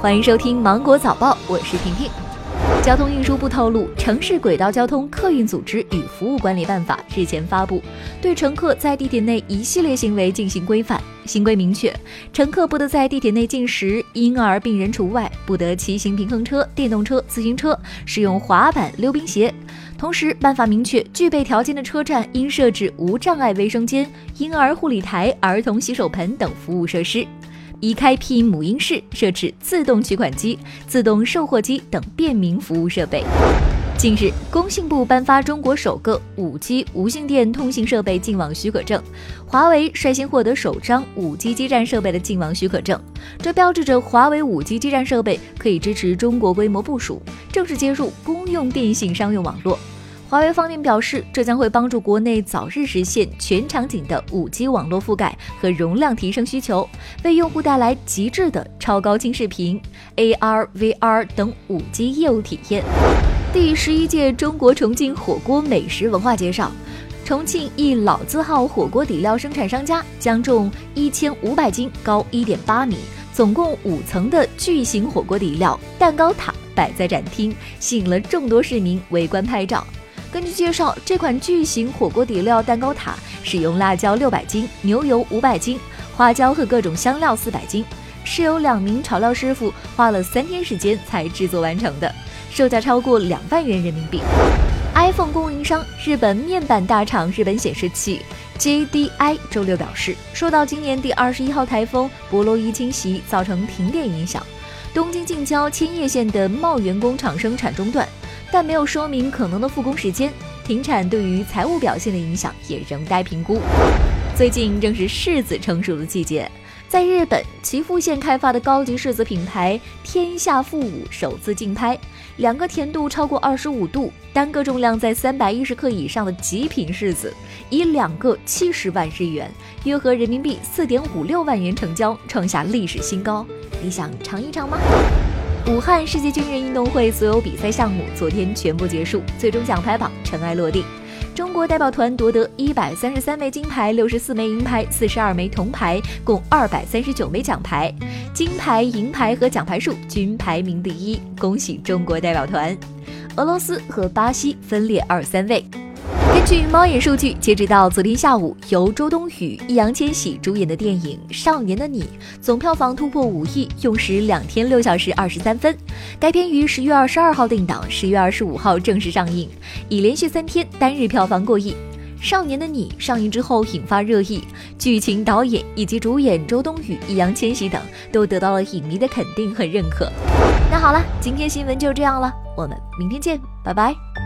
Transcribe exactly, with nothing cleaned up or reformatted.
欢迎收听芒果早报，我是婷婷。交通运输部透露，《城市轨道交通客运组织与服务管理办法》日前发布，对乘客在地铁内一系列行为进行规范。新规明确，乘客不得在地铁内进食，婴儿、病人除外，不得骑行平衡车、电动车、自行车，使用滑板、溜冰鞋。同时，办法明确，具备条件的车站应设置无障碍卫生间、婴儿护理台、儿童洗手盆等服务设施。已开辟母婴室，设置自动取款机、自动售货机等便民服务设备。近日，工信部颁发中国首个 五 G 无线电通信设备进网许可证，华为率先获得首张 五 G 基站设备的进网许可证，这标志着华为 五 G 基站设备可以支持中国规模部署，正式接入公用电信商用网络。华为方面表示，这将会帮助国内早日实现全场景的 五 G 网络覆盖和容量提升需求，为用户带来极致的超高清视频、A R、V R 等 五 G 业务体验。第十一届中国重庆火锅美食文化介绍，重庆一老字号火锅底料生产商家将重一千五百斤、高 一点八米、总共五层的巨型火锅底料蛋糕塔摆在展厅，吸引了众多市民围观拍照。根据介绍，这款巨型火锅底料蛋糕塔使用辣椒六百斤、牛油五百斤、花椒和各种香料四百斤，是由两名炒料师傅花了三天时间才制作完成的，售价超过两万元人民币。iPhone 供应商日本面板大厂日本显示器 J D I 周六表示，受到今年第二十一号台风博罗伊侵袭造成停电影响，东京近郊千叶县的茂原工厂生产中断，但没有说明可能的复工时间，停产对于财务表现的影响也仍待评估。最近正是柿子成熟的季节，在日本岐阜县开发的高级柿子品牌天下富五首次竞拍，两个甜度超过二十五度、单个重量在三百一十克以上的极品柿子，以两个七十万日元，约合人民币四点五六万元成交，创下历史新高。你想尝一尝吗？武汉世界军人运动会所有比赛项目昨天全部结束，最终奖牌榜尘埃落定。中国代表团夺得一百三十三枚金牌、六十四枚银牌、四十二枚铜牌，共二百三十九枚奖牌，金牌、银牌和奖牌数均排名第一，恭喜中国代表团。俄罗斯和巴西分列二三位。根据猫眼数据，截止到昨天下午，由周冬雨、易烊千玺主演的电影《少年的你》总票房突破五亿，用时两天六小时二十三分。该片于十月二十二号定档，十月二十五号正式上映，已连续三天单日票房过亿。《少年的你》上映之后引发热议，剧情、导演以及主演周冬雨、易烊千玺等都得到了影迷的肯定和认可。那好了，今天新闻就这样了，我们明天见，拜拜。